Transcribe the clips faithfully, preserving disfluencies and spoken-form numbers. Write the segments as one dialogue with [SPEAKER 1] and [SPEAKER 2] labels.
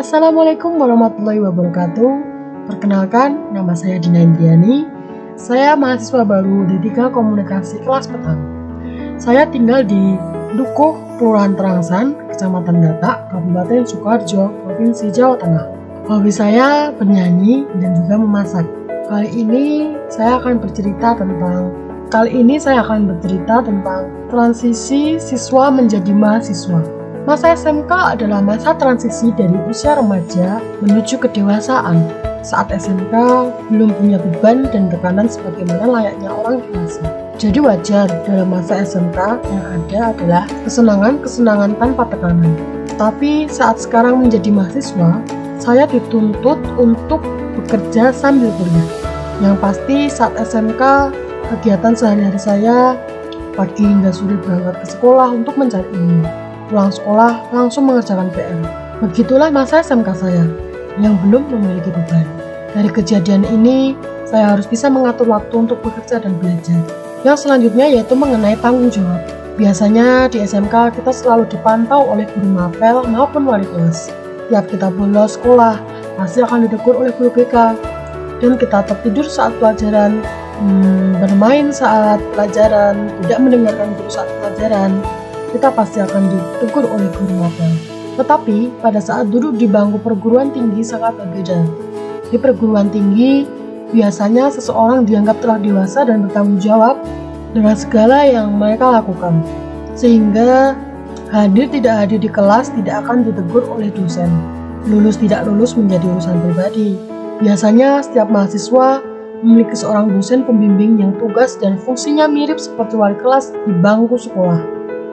[SPEAKER 1] Assalamualaikum warahmatullahi wabarakatuh. Perkenalkan, nama saya Dina Indriani. Saya mahasiswa baru D tiga Komunikasi kelas petang. Saya tinggal di Dukuh, Kelurahan Terangsan, Kecamatan Datak, Kabupaten Sukoharjo, Provinsi Jawa Tengah. Hobi saya bernyanyi dan juga memasak. Kali ini saya akan bercerita tentang Kali ini saya akan bercerita tentang transisi siswa menjadi mahasiswa. Masa S M K adalah masa transisi dari usia remaja menuju kedewasaan. Saat S M K belum punya beban dan tekanan sebagaimana layaknya orang dewasa. Jadi wajar dalam masa S M K yang ada adalah kesenangan-kesenangan tanpa tekanan. Tapi saat sekarang menjadi mahasiswa, saya dituntut untuk bekerja sambil kuliah. Yang pasti saat S M K, kegiatan sehari-hari saya pagi hingga sore berangkat ke sekolah untuk mencari ilmu. Pulang sekolah langsung mengerjakan P R. Begitulah masa S M K saya yang belum memiliki beban. Dari kejadian ini, saya harus bisa mengatur waktu untuk bekerja dan belajar. Yang selanjutnya yaitu mengenai tanggung jawab. Biasanya di S M K kita selalu dipantau oleh guru mapel maupun wali kelas. Tiap kita bolos sekolah, pasti akan ditegur oleh guru B K. Dan kita tertidur saat pelajaran, hmm, bermain saat pelajaran, tidak mendengarkan guru saat pelajaran, kita pasti akan ditegur oleh guru mapel. Tetapi pada saat duduk di bangku perguruan tinggi sangat berbeda. Di perguruan tinggi, biasanya seseorang dianggap telah dewasa dan bertanggung jawab dengan segala yang mereka lakukan. Sehingga hadir tidak hadir di kelas tidak akan ditegur oleh dosen. Lulus tidak lulus menjadi urusan pribadi. Biasanya setiap mahasiswa memiliki seorang dosen pembimbing yang tugas dan fungsinya mirip seperti wali kelas di bangku sekolah.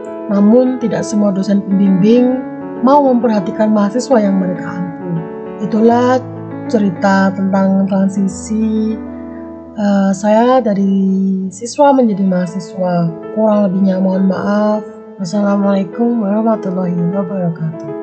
[SPEAKER 1] Namun tidak semua dosen pembimbing mau memperhatikan mahasiswa yang mereka ampu. Itulah cerita tentang transisi uh, saya dari siswa menjadi mahasiswa. Kurang lebihnya mohon maaf. Wassalamualaikum warahmatullahi wabarakatuh.